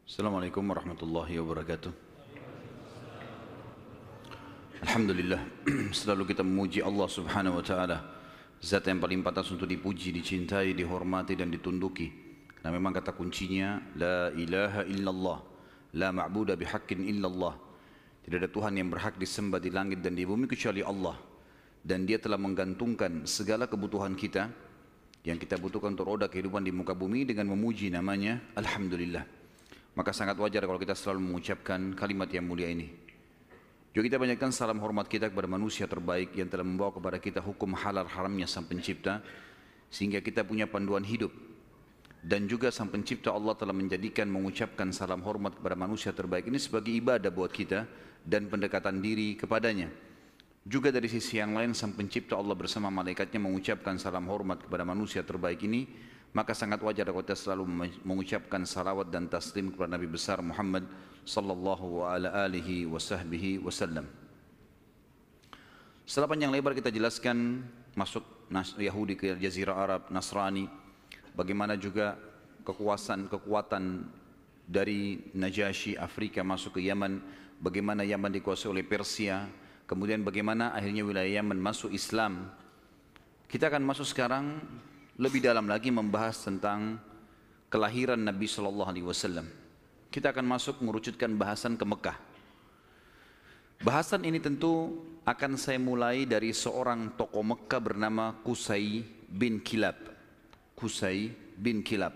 Assalamualaikum warahmatullahi wabarakatuh. Alhamdulillah, selalu kita memuji Allah subhanahu wa ta'ala, zat yang paling pantas untuk dipuji, dicintai, dihormati dan ditunduki. Karena memang kata kuncinya la ilaha illallah, la ma'buda bihaqqin illallah. Tidak ada Tuhan yang berhak disembah di langit dan di bumi kecuali Allah. Dan dia telah menggantungkan segala kebutuhan kita yang kita butuhkan untuk roda kehidupan di muka bumi dengan memuji namanya Alhamdulillah. Maka sangat wajar kalau kita selalu mengucapkan kalimat yang mulia ini. Juga kita banyakkan salam hormat kita kepada manusia terbaik yang telah membawa kepada kita hukum halal haramnya Sang Pencipta, sehingga kita punya panduan hidup. Dan juga Sang Pencipta Allah telah menjadikan mengucapkan salam hormat kepada manusia terbaik ini sebagai ibadah buat kita dan pendekatan diri kepadanya. Juga dari sisi yang lain Sang Pencipta Allah bersama malaikatnya mengucapkan salam hormat kepada manusia terbaik ini. Maka sangat wajar kalau kita selalu mengucapkan salawat dan taslim kepada Nabi besar Muhammad sallallahu alaihi wasallam. Setelah panjang lebar kita jelaskan masuk Yahudi ke Jazirah Arab, Nasrani, bagaimana juga kekuatan dari Najasyi Afrika masuk ke Yaman, bagaimana Yaman dikuasai oleh Persia, kemudian bagaimana akhirnya wilayah Yaman masuk Islam. Kita akan masuk sekarang lebih dalam lagi membahas tentang kelahiran Nabi Sallallahu Alaihi Wasallam. Kita akan masuk mengerucutkan bahasan ke Mekah. Bahasan ini tentu akan saya mulai dari seorang tokoh Mekah bernama Qusay bin Kilab. Qusay bin Kilab.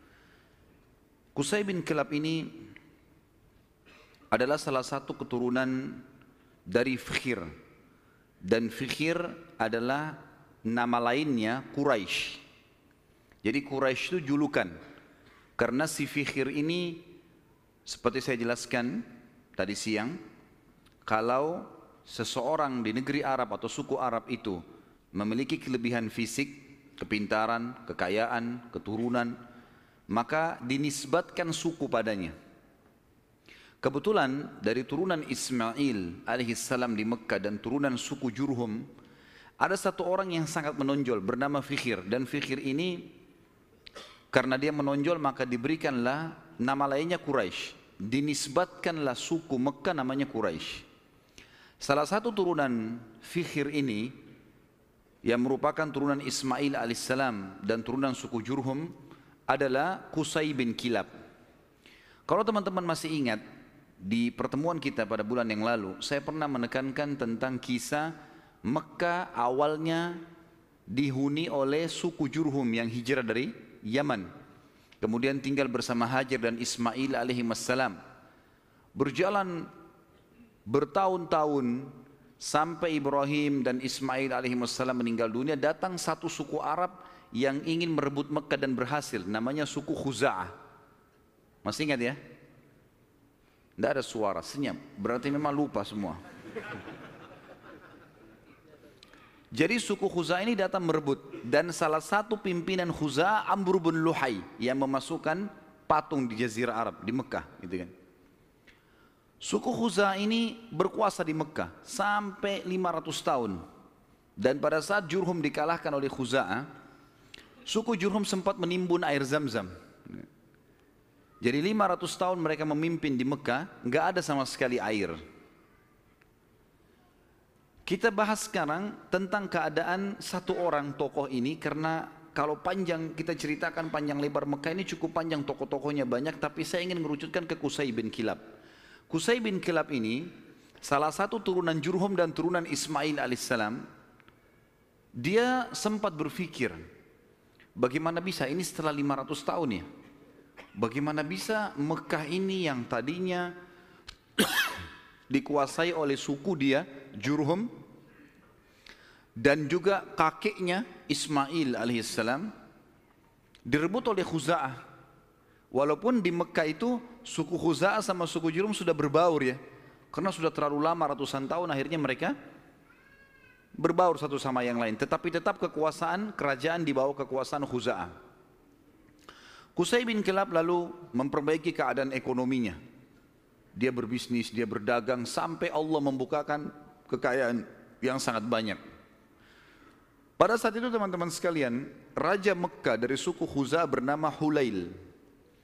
Qusay bin Kilab ini adalah salah satu keturunan dari Fikhir. Dan Fikhir adalah nama lainnya Quraisy. Jadi Quraisy itu julukan, karena si Fikhir ini seperti saya jelaskan tadi siang, kalau seseorang di negeri Arab atau suku Arab itu memiliki kelebihan fisik, kepintaran, kekayaan, keturunan, maka dinisbatkan suku padanya. Kebetulan dari turunan Ismail alaihissalam di Mekah dan turunan suku Jurhum, ada satu orang yang sangat menonjol bernama Fikhir, dan Fikhir ini karena dia menonjol maka diberikanlah nama lainnya Quraisy. Dinisbatkanlah suku Mekah namanya Quraisy. Salah satu turunan Fikhir ini yang merupakan turunan Ismail alaihissalam dan turunan suku Jurhum adalah Qusay bin Kilab. Kalau teman-teman masih ingat, di pertemuan kita pada bulan yang lalu saya pernah menekankan tentang kisah Mekah awalnya dihuni oleh suku Jurhum yang hijrah dari Yaman, kemudian tinggal bersama Hajar dan Ismail alaihi wassalam. Berjalan bertahun-tahun sampai Ibrahim dan Ismail alaihi wassalam meninggal dunia, datang satu suku Arab yang ingin merebut Mekah dan berhasil, namanya suku Khuza'ah. Masih ingat ya? Tidak ada suara, senyap, berarti memang lupa semua. Jadi suku Khuza'ah ini datang merebut, dan salah satu pimpinan Khuza'ah Amr bin Luhai yang memasukkan patung di Jazirah Arab di Mekah, gitu kan. Suku Khuza'ah ini berkuasa di Mekah sampai 500 tahun. Dan pada saat Jurhum dikalahkan oleh Khuza'ah, suku Jurhum sempat menimbun air Zam-Zam. Jadi 500 tahun mereka memimpin di Mekah, nggak ada sama sekali air. Kita bahas sekarang tentang keadaan satu orang tokoh ini, karena kalau panjang kita ceritakan panjang lebar Mekah ini cukup panjang, tokoh-tokohnya banyak, tapi saya ingin mengerucutkan ke Qusay bin Kilab. Qusay bin Kilab ini salah satu turunan Jurhum dan turunan Ismail alaihissalam. Dia sempat berpikir, bagaimana bisa ini setelah 500 tahun ya, bagaimana bisa Mekah ini yang tadinya dikuasai oleh suku dia Jurhum dan juga kakeknya Ismail alaihissalam direbut oleh Khuza'ah. Walaupun di Mekah itu suku Khuza'ah sama suku Jurhum sudah berbaur ya, karena sudah terlalu lama ratusan tahun, akhirnya mereka berbaur satu sama yang lain, tetapi tetap kekuasaan kerajaan di bawah kekuasaan Khuza'ah. Qusay bin Kilab lalu memperbaiki keadaan ekonominya. Dia berbisnis, dia berdagang sampai Allah membukakan kekayaan yang sangat banyak. Pada saat itu teman-teman sekalian, Raja Mekah dari suku Khuza'ah bernama Hulail.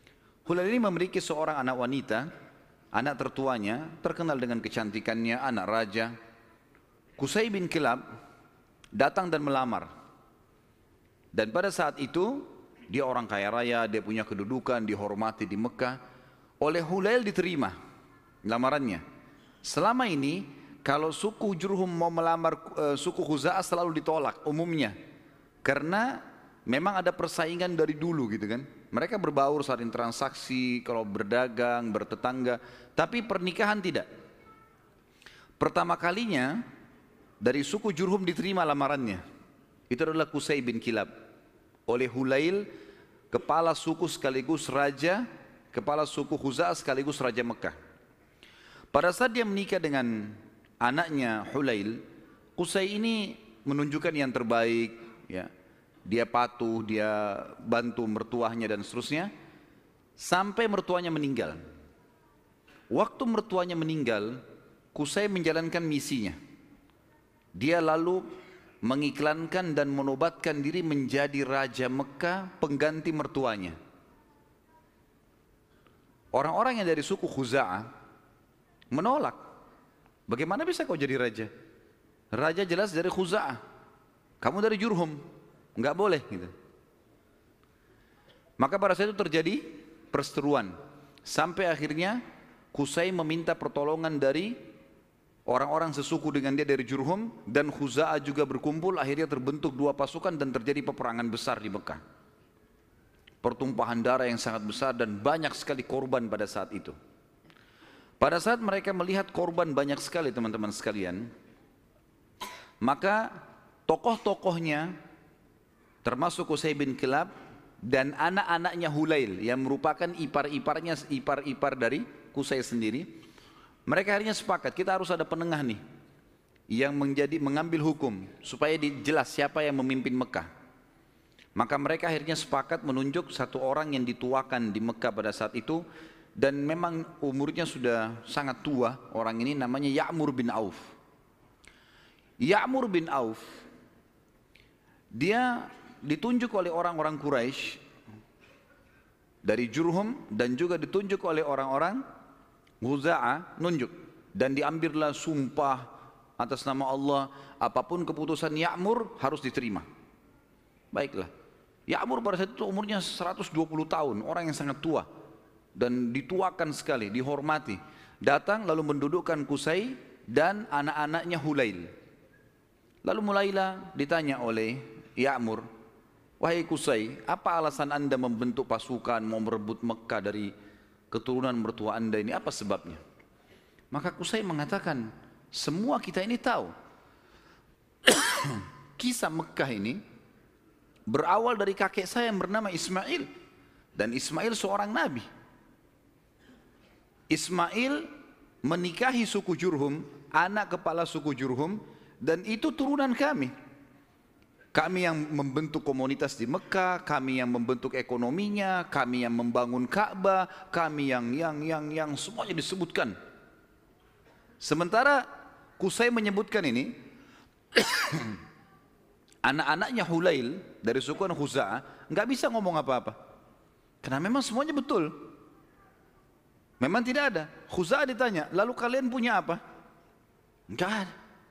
Hulail ini memiliki seorang anak wanita, anak tertuanya, terkenal dengan kecantikannya, anak raja. Qusay bin Kilab datang dan melamar. Dan pada saat itu, dia orang kaya raya, dia punya kedudukan, dihormati di Mekah. Oleh Hulail diterima lamarannya. Selama ini, kalau suku Jurhum mau melamar suku Khuza'ah selalu ditolak umumnya. Karena memang ada persaingan dari dulu gitu kan. Mereka berbaur saling transaksi, kalau berdagang, bertetangga. Tapi pernikahan tidak. Pertama kalinya dari suku Jurhum diterima lamarannya. Itu adalah Qusay bin Kilab. Oleh Hulail, kepala suku sekaligus raja, kepala suku Khuza'ah sekaligus raja Mekah. Pada saat dia menikah dengan anaknya Hulail, Qusay ini menunjukkan yang terbaik, ya. Dia patuh, dia bantu mertuanya dan seterusnya, sampai mertuanya meninggal. Waktu mertuanya meninggal, Qusay menjalankan misinya. Dia lalu mengiklankan dan menobatkan diri menjadi raja Mekah pengganti mertuanya. Orang-orang yang dari suku Khuza'ah menolak. Bagaimana bisa kau jadi raja? Raja jelas dari Khuza'ah, kamu dari Jurhum, enggak boleh gitu. Maka pada saat itu terjadi perseteruan. Sampai akhirnya Qusay meminta pertolongan dari orang-orang sesuku dengan dia dari Jurhum, dan Khuza'ah juga berkumpul. Akhirnya terbentuk dua pasukan dan terjadi peperangan besar di Mekah. Pertumpahan darah yang sangat besar dan banyak sekali korban pada saat itu. Pada saat mereka melihat korban banyak sekali teman-teman sekalian, maka tokoh-tokohnya termasuk Qusay bin Kilab dan anak-anaknya Hulail yang merupakan ipar-ipar dari Qusay sendiri, mereka akhirnya sepakat, kita harus ada penengah nih yang mengambil hukum supaya jelas siapa yang memimpin Mekah. Maka mereka akhirnya sepakat menunjuk satu orang yang dituakan di Mekah pada saat itu, dan memang umurnya sudah sangat tua. Orang ini namanya Ya'mur bin Auf. Ya'mur bin Auf, dia ditunjuk oleh orang-orang Quraisy dari Jurhum dan juga ditunjuk oleh orang-orang Khuza'ah, nunjuk, dan diambillah sumpah atas nama Allah, apapun keputusan Ya'mur harus diterima. Baiklah, Ya'mur pada saat itu umurnya 120 tahun, orang yang sangat tua dan dituakan sekali, dihormati. Datang lalu mendudukkan Qusay dan anak-anaknya Hulail. Lalu mulailah ditanya oleh Ya'mur, wahai Qusay, apa alasan anda membentuk pasukan mau merebut Mekah dari keturunan mertua anda ini, apa sebabnya? Maka Qusay mengatakan, semua kita ini tahu kisah Mekah ini berawal dari kakek saya yang bernama Ismail, dan Ismail seorang nabi. Ismail menikahi suku Jurhum, anak kepala suku Jurhum, dan itu turunan kami. Kami yang membentuk komunitas di Mekah, kami yang membentuk ekonominya, kami yang membangun Ka'bah, kami yang semuanya disebutkan. Sementara Qusay menyebutkan ini, anak-anaknya Hulail dari suku Khuza'ah nggak bisa ngomong apa-apa, karena memang semuanya betul. Memang tidak ada. Khuza'ah ditanya, lalu kalian punya apa? Nggak ada.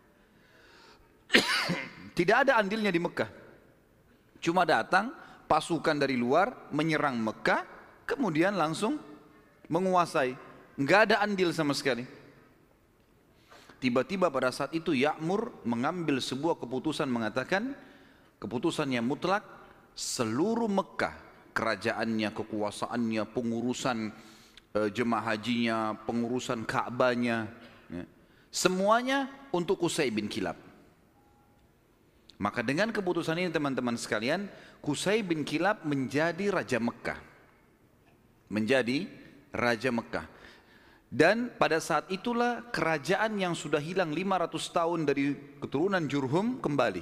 Tidak ada andilnya di Mekah. Cuma datang pasukan dari luar menyerang Mekah, kemudian langsung menguasai. Nggak ada andil sama sekali. Tiba-tiba pada saat itu Ya'mur mengambil sebuah keputusan, mengatakan keputusan yang mutlak, seluruh Mekah, kerajaannya, kekuasaannya, pengurusan jemaah hajinya, pengurusan Ka'bahnya, ya, semuanya untuk Qusay bin Kilab. Maka dengan keputusan ini teman-teman sekalian, Qusay bin Kilab menjadi Raja Mekah. Menjadi Raja Mekah. Dan pada saat itulah kerajaan yang sudah hilang 500 tahun dari keturunan Jurhum kembali.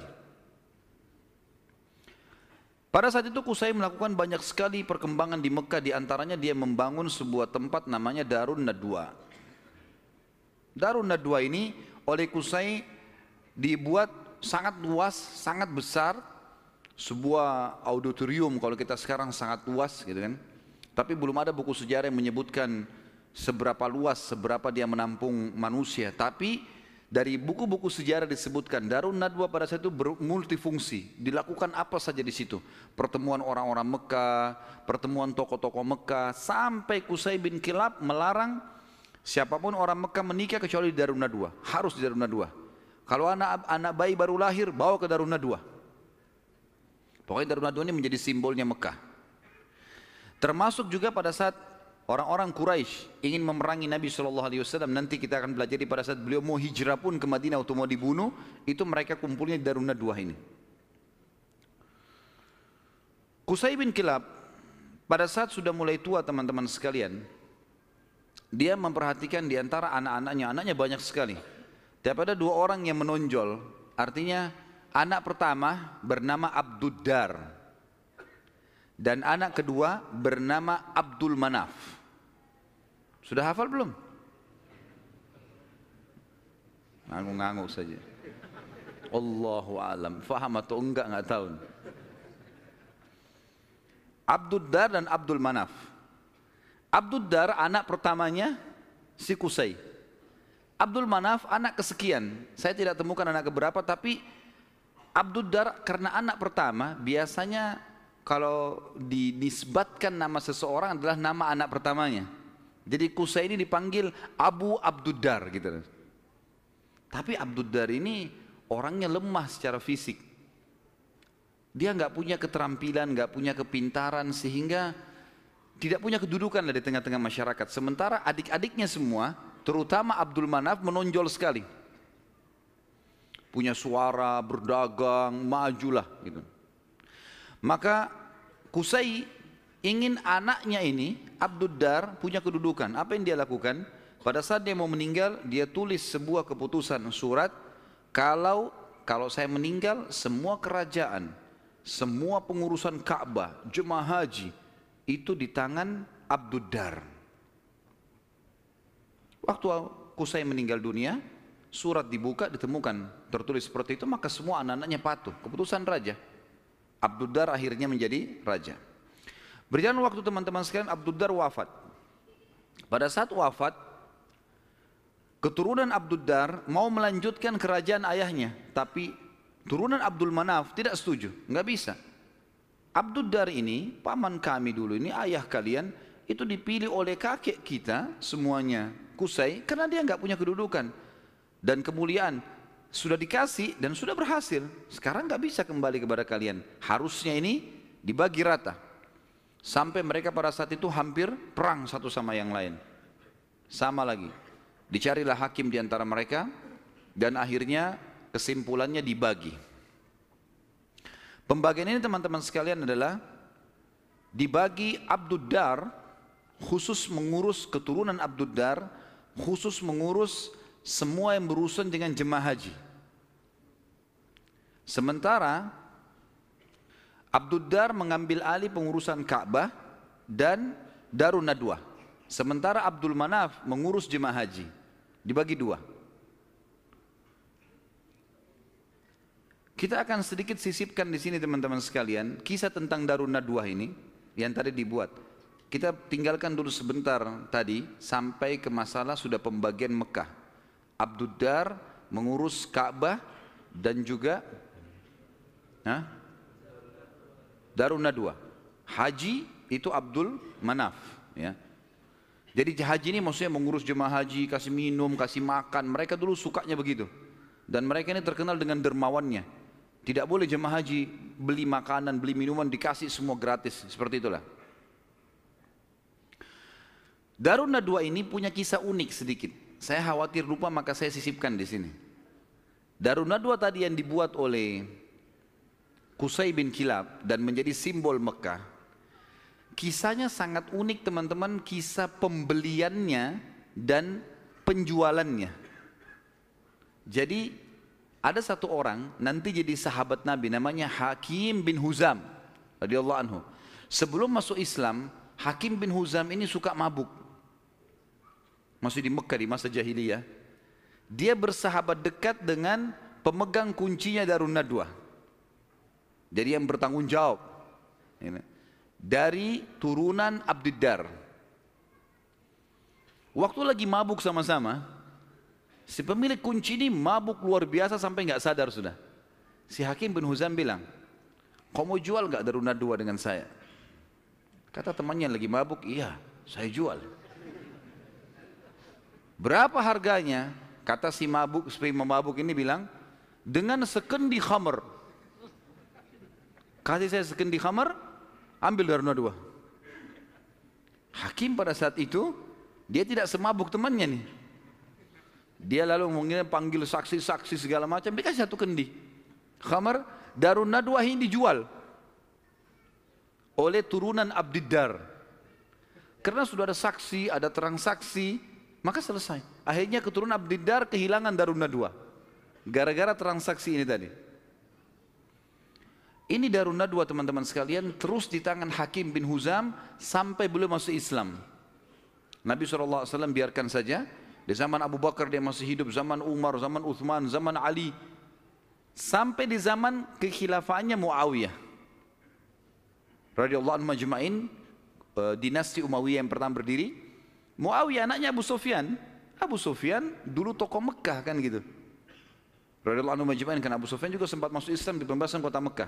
Pada saat itu Qusay melakukan banyak sekali perkembangan di Mekah, di antaranya dia membangun sebuah tempat namanya Darun Nadwa. Darun Nadwa ini oleh Qusay dibuat sangat luas, sangat besar, sebuah auditorium kalau kita sekarang sangat luas gitu kan. Tapi belum ada buku sejarah yang menyebutkan seberapa luas, seberapa dia menampung manusia. Tapi dari buku-buku sejarah disebutkan Darun Nadwa pada saat itu multifungsi. Dilakukan apa saja di situ. Pertemuan orang-orang Mekah, pertemuan tokoh-tokoh Mekah, sampai Qusay bin Kilab melarang siapapun orang Mekah menikah kecuali di Darun Nadwa. Harus di Darun Nadwa. Kalau anak bayi baru lahir, bawa ke Darun Nadwa. Pokoknya Darun Nadwa ini menjadi simbolnya Mekah. Termasuk juga pada saat orang-orang Quraisy ingin memerangi Nabi SAW, nanti kita akan belajar pada saat beliau mau hijrah pun ke Madinah atau mau dibunuh, itu mereka kumpulnya di Darun Nadwa ini. Qusay bin Kilab pada saat sudah mulai tua teman-teman sekalian, dia memperhatikan di antara anak-anaknya, anaknya banyak sekali. Tapi ada dua orang yang menonjol, artinya anak pertama bernama Abduddar. Dan anak kedua bernama Abdul Manaf. Sudah hafal belum? Ngangguk-ngangguk saja. Allahu alam. Faham atau enggak tahu. Abduddar dan Abdul Manaf. Abduddar anak pertamanya si Qusay. Abdul Manaf anak kesekian. Saya tidak temukan anak keberapa, tapi Abduddar karena anak pertama biasanya kalau dinisbatkan nama seseorang adalah nama anak pertamanya. Jadi Qusay ini dipanggil Abu Abduddar gitu. Tapi Abduddar ini orangnya lemah secara fisik. Dia nggak punya keterampilan, nggak punya kepintaran, sehingga tidak punya kedudukan di tengah-tengah masyarakat. Sementara adik-adiknya semua, terutama Abdul Manaf, menonjol sekali. Punya suara, berdagang, majulah gitu. Maka Qusay ingin anaknya ini, Abduddar, punya kedudukan. Apa yang dia lakukan? Pada saat dia mau meninggal, dia tulis sebuah keputusan surat, kalau saya meninggal, semua kerajaan, semua pengurusan Ka'bah, jemaah haji, itu di tangan Abduddar. Waktu Qusay meninggal dunia, surat dibuka, ditemukan tertulis seperti itu, maka semua anak-anaknya patuh. Keputusan raja. Abduddar akhirnya menjadi raja. Berjalan waktu teman-teman sekalian, Abduddar wafat. Pada saat wafat, keturunan Abduddar mau melanjutkan kerajaan ayahnya, tapi turunan Abdul Manaf tidak setuju, nggak bisa. Abduddar ini, paman kami dulu ini, ayah kalian, itu dipilih oleh kakek kita semuanya, Qusay, karena dia nggak punya kedudukan dan kemuliaan. Sudah dikasih dan sudah berhasil. Sekarang nggak bisa kembali kepada kalian. Harusnya ini dibagi rata. Sampai mereka pada saat itu hampir perang satu sama yang lain. Sama lagi. Dicarilah hakim di antara mereka dan akhirnya kesimpulannya dibagi. Pembagian ini teman-teman sekalian adalah dibagi Abduddar khusus mengurus keturunan Abduddar, khusus mengurus semua yang berurusan dengan jemaah haji. Sementara Abduddar mengambil alih pengurusan Ka'bah dan Darun Nadwa. Sementara Abdul Manaf mengurus jemaah haji. Dibagi dua. Kita akan sedikit sisipkan di sini teman-teman sekalian kisah tentang Darun Nadwa ini yang tadi dibuat. Kita tinggalkan dulu sebentar tadi sampai ke masalah sudah pembagian Mekah. Abduddar mengurus Ka'bah dan juga Darun Nadwa. Haji itu Abdul Manaf, ya. Jadi haji ini maksudnya mengurus jemaah haji, kasih minum, kasih makan. Mereka dulu sukanya begitu. Dan mereka ini terkenal dengan dermawannya. Tidak boleh jemaah haji beli makanan, beli minuman, dikasih semua gratis. Seperti itulah. Darun Nadwa ini punya kisah unik sedikit. Saya khawatir lupa, maka saya sisipkan di sini. Darun Nadwa tadi yang dibuat oleh Qusay bin Kilab dan menjadi simbol Mekah. Kisahnya sangat unik teman-teman, kisah pembeliannya dan penjualannya. Jadi ada satu orang nanti jadi sahabat Nabi namanya Hakim bin Huzam radhiyallahu anhu. Sebelum masuk Islam, Hakim bin Huzam ini suka mabuk. Masih di Mekah di masa jahiliyah. Dia bersahabat dekat dengan pemegang kuncinya Darun Nadwa. Jadi yang bertanggung jawab. dari turunan Abdiddar. Waktu lagi mabuk sama-sama, si pemilik kunci ini mabuk luar biasa sampai nggak sadar sudah. Si Hakim bin Huzam bilang, kau mau jual nggak Darun Nadwa dengan saya? Kata temannya lagi mabuk, iya saya jual. Berapa harganya? Kata si mabuk ini bilang, dengan sekendi khamr. Kasih saya sekendi khamr, ambil Darun Nadwa. Hakim pada saat itu, dia tidak semabuk temannya nih. Dia lalu mungkin panggil saksi-saksi segala macam, dikasih satu kendi khamr, Darun Nadwa ini dijual oleh turunan Abdiddar. Karena sudah ada saksi, ada terang saksi, maka selesai. Akhirnya keturunan Abdiddar kehilangan Darun Nadwa gara-gara transaksi ini tadi. Ini Darun Nadwa teman-teman sekalian terus di tangan Hakim bin Huzam sampai beliau masuk Islam. Nabi SAW biarkan saja. Di zaman Abu Bakar dia masih hidup, zaman Umar, zaman Uthman, zaman Ali, sampai di zaman kekhilafaannya Muawiyah radhiyallahu anhu majma'in, dinasti Umayyah yang pertama berdiri. Muawiyah anaknya Abu Sufyan. Abu Sufyan dulu tokoh Mekah kan gitu. Radhiyallahu anhu majma'in, kan Abu Sufyan juga sempat masuk Islam di pembebasan kota Mekah.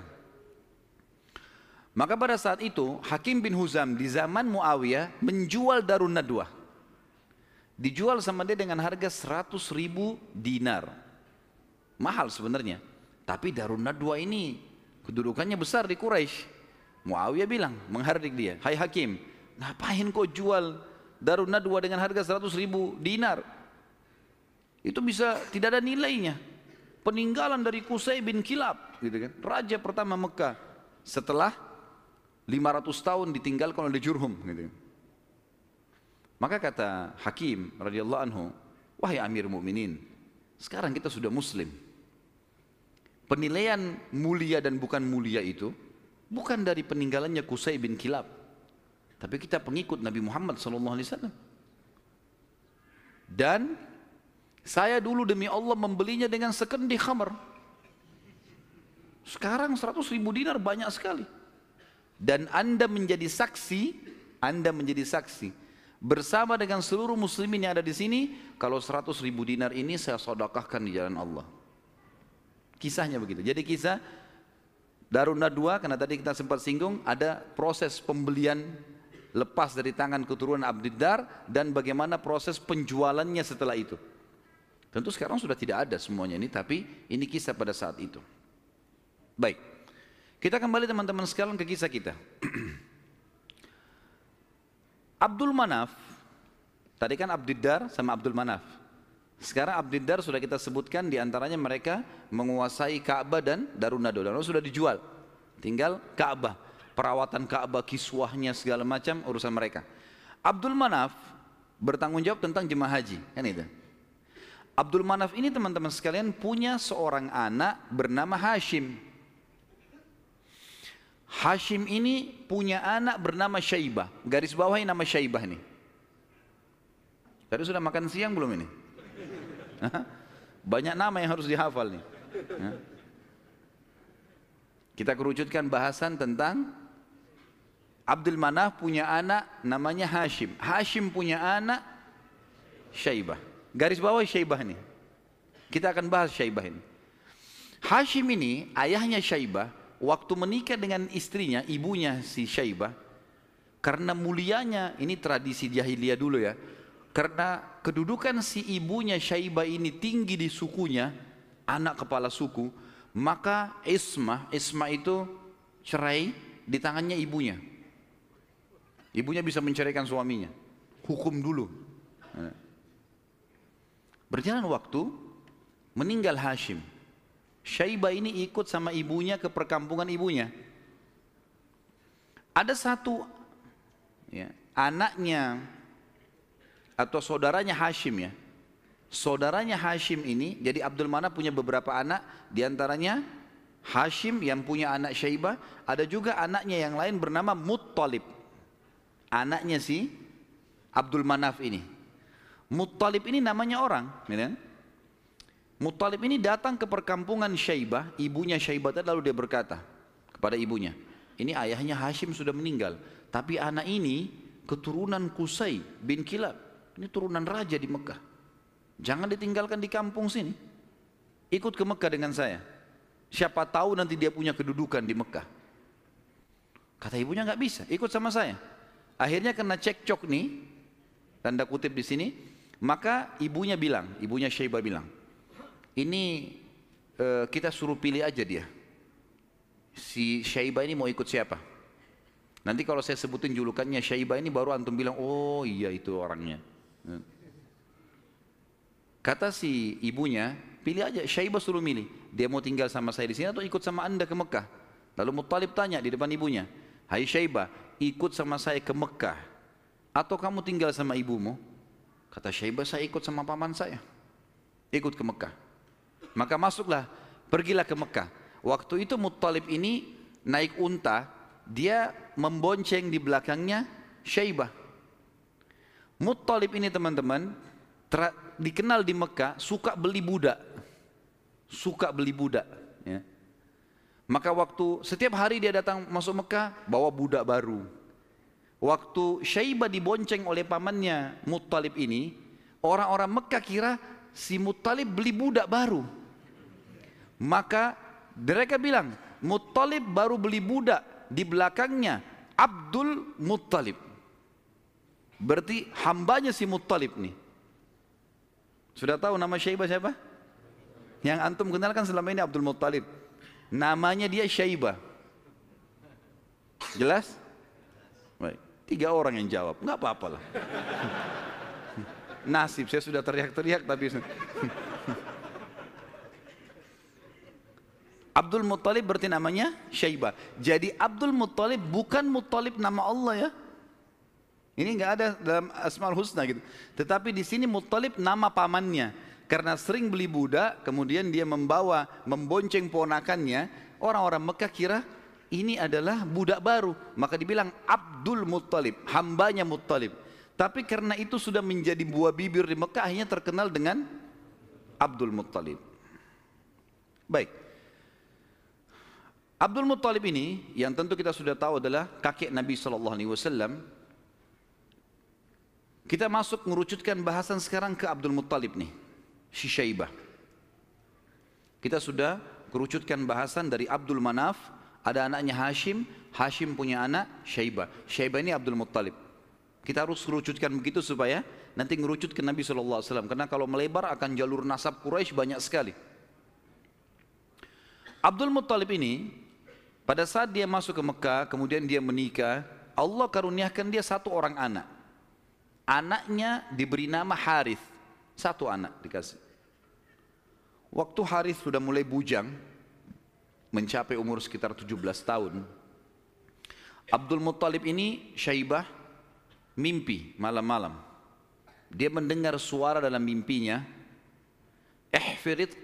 Maka pada saat itu Hakim bin Huzam di zaman Muawiyah menjual Darun Nadwa. Dijual sama dia dengan harga 100.000 dinar. Mahal sebenarnya. Tapi Darun Nadwa ini kedudukannya besar di Quraisy. Muawiyah bilang, menghardik dia, hai Hakim, ngapain kau jual Darun Nadwa dengan harga 100.000 dinar? Itu bisa tidak ada nilainya. Peninggalan dari Qusay bin Kilab, gitu kan? Raja pertama Mekah setelah 500 tahun ditinggalkan oleh Jurhum, gitu. Maka kata Hakim radhiyallahu anhu, wahai Amir Mukminin, sekarang kita sudah Muslim. Penilaian mulia dan bukan mulia itu bukan dari peninggalannya Qusay bin Kilab, tapi kita pengikut Nabi Muhammad SAW. Dan saya dulu demi Allah membelinya dengan sekendi khamr. Sekarang 100.000 dinar banyak sekali. Dan Anda menjadi saksi bersama dengan seluruh muslimin yang ada di sini, kalau 100.000 dinar ini saya sedekahkan di jalan Allah. Kisahnya begitu. Jadi kisah Darun Nadwa, karena tadi kita sempat singgung, ada proses pembelian lepas dari tangan keturunan Abdiddar dan bagaimana proses penjualannya setelah itu. Tentu sekarang sudah tidak ada semuanya ini, tapi ini kisah pada saat itu. Baik, kita kembali teman-teman sekalian ke kisah kita. Abdul Manaf, tadi kan Abdiddar sama Abdul Manaf. Sekarang Abdiddar sudah kita sebutkan, diantaranya mereka menguasai Ka'bah dan Darun Nadwa. Dan sudah dijual, tinggal Ka'bah, perawatan Ka'bah, kiswahnya segala macam urusan mereka. Abdul Manaf bertanggung jawab tentang jemaah haji, kan itu. Abdul Manaf ini teman-teman sekalian punya seorang anak bernama Hashim. Hashim ini punya anak bernama Syaibah. Garis bawahi nama Syaibah ini. Tadi sudah makan siang belum ini? Banyak nama yang harus dihafal nih. Kita kerucutkan bahasan tentang Abdul Manaf punya anak namanya Hashim. Hashim punya anak Syaibah. Garis bawah Syaibah ini. Kita akan bahas Syaibah ini. Hashim ini ayahnya Syaibah, waktu menikah dengan istrinya, ibunya si Syaibah, karena mulianya, ini tradisi jahiliyah dulu ya, karena kedudukan si ibunya Syaibah ini tinggi di sukunya, anak kepala suku, maka ismah itu cerai di tangannya ibunya. Ibunya bisa menceraikan suaminya, hukum dulu. Berjalan waktu, meninggal Hashim. Syaibah ini ikut sama ibunya ke perkampungan ibunya. Ada satu ya, anaknya atau saudaranya Hashim ya. Saudaranya Hashim ini, jadi Abdul Manaf punya beberapa anak, diantaranya Hashim yang punya anak Syaibah, ada juga anaknya yang lain bernama Muttalib. Anaknya si Abdul Manaf ini. Muttalib ini namanya orang, ya. Muttalib ini datang ke perkampungan Syaibah, ibunya Syaibah, lalu dia berkata kepada ibunya, ini ayahnya Hashim sudah meninggal, tapi anak ini keturunan Qusay bin Kilab, ini turunan raja di Mekah. Jangan ditinggalkan di kampung sini, ikut ke Mekah dengan saya. Siapa tahu nanti dia punya kedudukan di Mekah. Kata ibunya nggak bisa, ikut sama saya. Akhirnya kena cekcok nih, tanda kutip di sini. Maka ibunya Syaibah bilang, ini kita suruh pilih aja dia. Si Syaibah ini mau ikut siapa? Nanti kalau saya sebutin julukannya Syaibah ini baru antum bilang, oh iya itu orangnya. Kata si ibunya, pilih aja, Syaibah suruh milih. Dia mau tinggal sama saya di sini atau ikut sama anda ke Mekah? Lalu Muttalib tanya di depan ibunya, hai Syaibah, ikut sama saya ke Mekah atau kamu tinggal sama ibumu? Kata Syaibah, saya ikut sama paman saya, ikut ke Mekah. Maka masuklah, pergilah ke Mekah. Waktu itu Muttalib ini naik unta, dia membonceng di belakangnya Syaibah. Muttalib ini teman-teman dikenal di Mekah suka beli budak, ya. Maka waktu setiap hari dia datang masuk Mekah bawa budak baru. Waktu Syaibah dibonceng oleh pamannya Muttalib ini, orang-orang Mekah kira si Muttalib beli budak baru. Maka mereka bilang, Muttalib baru beli budak, di belakangnya Abdul Muttalib. Berarti hambanya si Muttalib nih. Sudah tahu nama Syaibah siapa? Yang antum kenalkan selama ini Abdul Muttalib. Namanya dia Syaibah. Jelas? Baik. 3 orang yang jawab, nggak apa-apa lah. Nasib, saya sudah teriak-teriak tapi Abdul Muttalib berarti namanya Syaibah. Jadi Abdul Muttalib bukan Muttalib nama Allah ya. Ini nggak ada dalam Asmaul Husna gitu. Tetapi di sini Muttalib nama pamannya. Karena sering beli budak, kemudian dia membonceng ponakannya. Orang-orang Mekah kira ini adalah budak baru, maka dibilang Abdul Muttalib, hambanya Muttalib. Tapi karena itu sudah menjadi buah bibir di Mekah, akhirnya terkenal dengan Abdul Muttalib. Baik, Abdul Muttalib ini yang tentu kita sudah tahu adalah kakek Nabi SAW. Kita masuk mengerucutkan bahasan sekarang ke Abdul Muttalib nih, si Syaibah. Kita sudah kerucutkan bahasan dari Abdul Manaf. Ada anaknya Hashim, Hashim punya anak Syaibah. Syaibah ini Abdul Muttalib. Kita harus kerucutkan begitu supaya nanti ngerucut ke Nabi SAW. Karena kalau melebar akan jalur nasab Quraisy banyak sekali. Abdul Muttalib ini pada saat dia masuk ke Mekah, kemudian dia menikah, Allah karuniakan dia 1 orang anak. Anaknya diberi nama Harith, 1 anak dikasih. Waktu Harith sudah mulai bujang, mencapai umur sekitar 17 tahun, Abdul Muttalib ini Syaibah mimpi malam-malam. Dia mendengar suara dalam mimpinya, ihfirit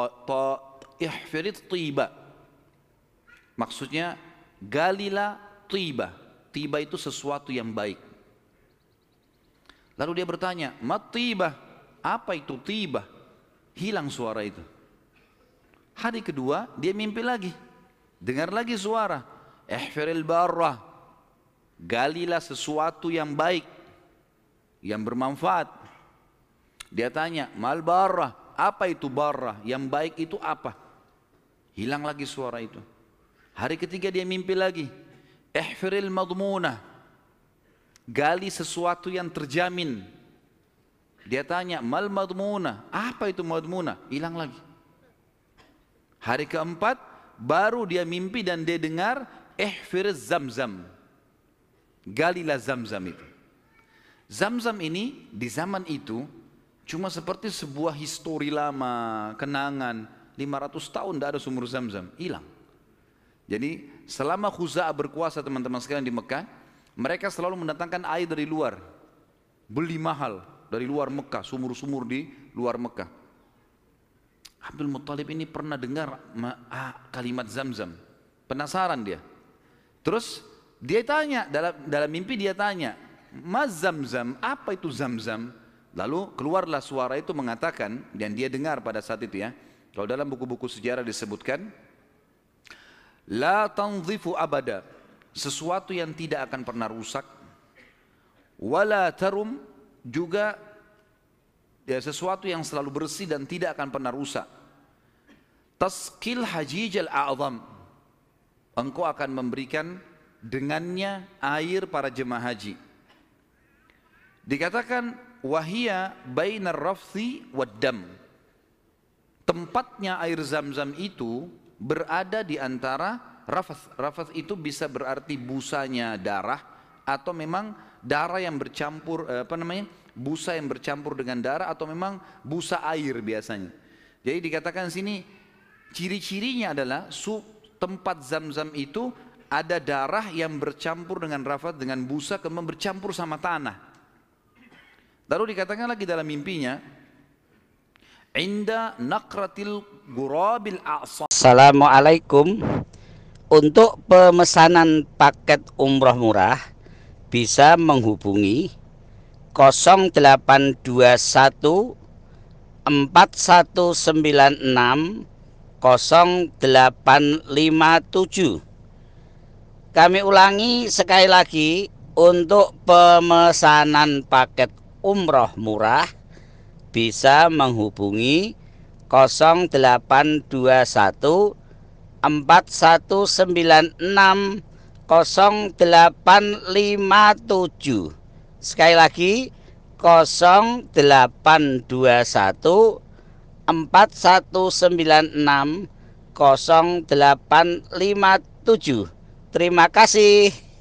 tiba. Maksudnya galilah tiba. Tiba itu sesuatu yang baik. Lalu dia bertanya, mat tiba? Apa itu tiba? Hilang suara itu. Hari kedua dia mimpi lagi, dengar lagi suara, ihfiril barrah, galilah sesuatu yang baik, yang bermanfaat. Dia tanya, mal barrah, apa itu barrah? Yang baik itu apa? Hilang lagi suara itu. Hari ketiga dia mimpi lagi, ihfiril madmunah, gali sesuatu yang terjamin. Dia tanya, mal madmunah, apa itu madmunah? Hilang lagi. Hari keempat baru dia mimpi dan dia dengar ihfir Zamzam, galilah Zamzam itu. Zamzam ini di zaman itu cuma seperti sebuah histori lama, kenangan. 500 tahun tidak ada sumur Zamzam, hilang. Jadi selama Khuza'ah berkuasa teman-teman sekalian di Mekah, mereka selalu mendatangkan air dari luar, beli mahal dari luar Mekah, sumur-sumur di luar Mekah. Abdul Muttalib ini pernah dengar kalimat Zamzam, penasaran dia. Terus dia tanya, dalam mimpi dia tanya, Mas Zamzam, apa itu Zamzam? Lalu keluarlah suara itu mengatakan, dan dia dengar pada saat itu ya, kalau dalam buku-buku sejarah disebutkan, La tanzifu abada, sesuatu yang tidak akan pernah rusak, wala tarum, juga ya sesuatu yang selalu bersih dan tidak akan pernah rusak. Taskil hajijal a'zam, engkau akan memberikan dengannya air para jemaah haji. Dikatakan wahia bainar rafthi waddam, tempatnya air zam-zam itu berada di antara rafath. Rafath itu bisa berarti busanya darah, atau memang darah yang bercampur, busa yang bercampur dengan darah, atau memang busa air biasanya. Jadi dikatakan sini ciri-cirinya adalah tempat zam-zam itu ada darah yang bercampur dengan rafath, dengan busa, kemudian bercampur sama tanah. Lalu dikatakan lagi dalam mimpinya, inda naqratil gurabil a'sam. Assalamualaikum. Untuk pemesanan paket umroh murah bisa menghubungi 0821 4196 0857. Kami ulangi sekali lagi, untuk pemesanan paket umroh murah bisa menghubungi 0821 4196 0857. Sekali lagi 0821 4196 0857. Terima kasih.